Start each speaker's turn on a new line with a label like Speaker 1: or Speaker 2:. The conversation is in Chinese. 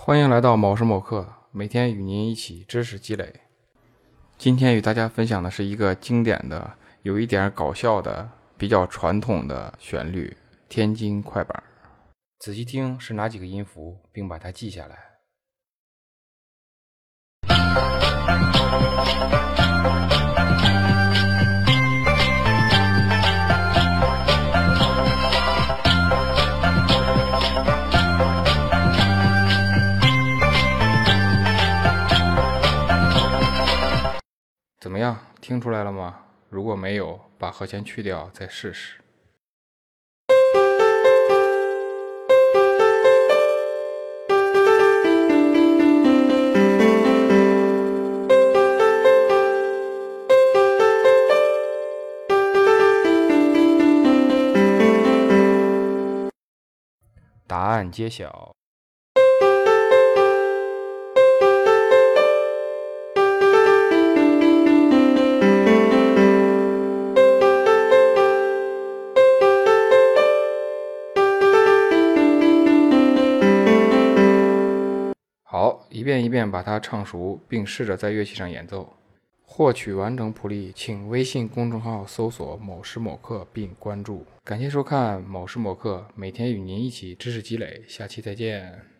Speaker 1: 欢迎来到某时某刻，每天与您一起知识积累。今天与大家分享的是一个经典的、有一点搞笑的、比较传统的旋律——天津快板。仔细听是哪几个音符，并把它记下来。怎么样，听出来了吗？如果没有，把和弦去掉再试试。答案揭晓。好，一遍一遍把它唱熟，并试着在乐器上演奏。获取完整谱例，请微信公众号搜索某时某刻并关注。感谢收看某时某刻，每天与您一起知识积累，下期再见。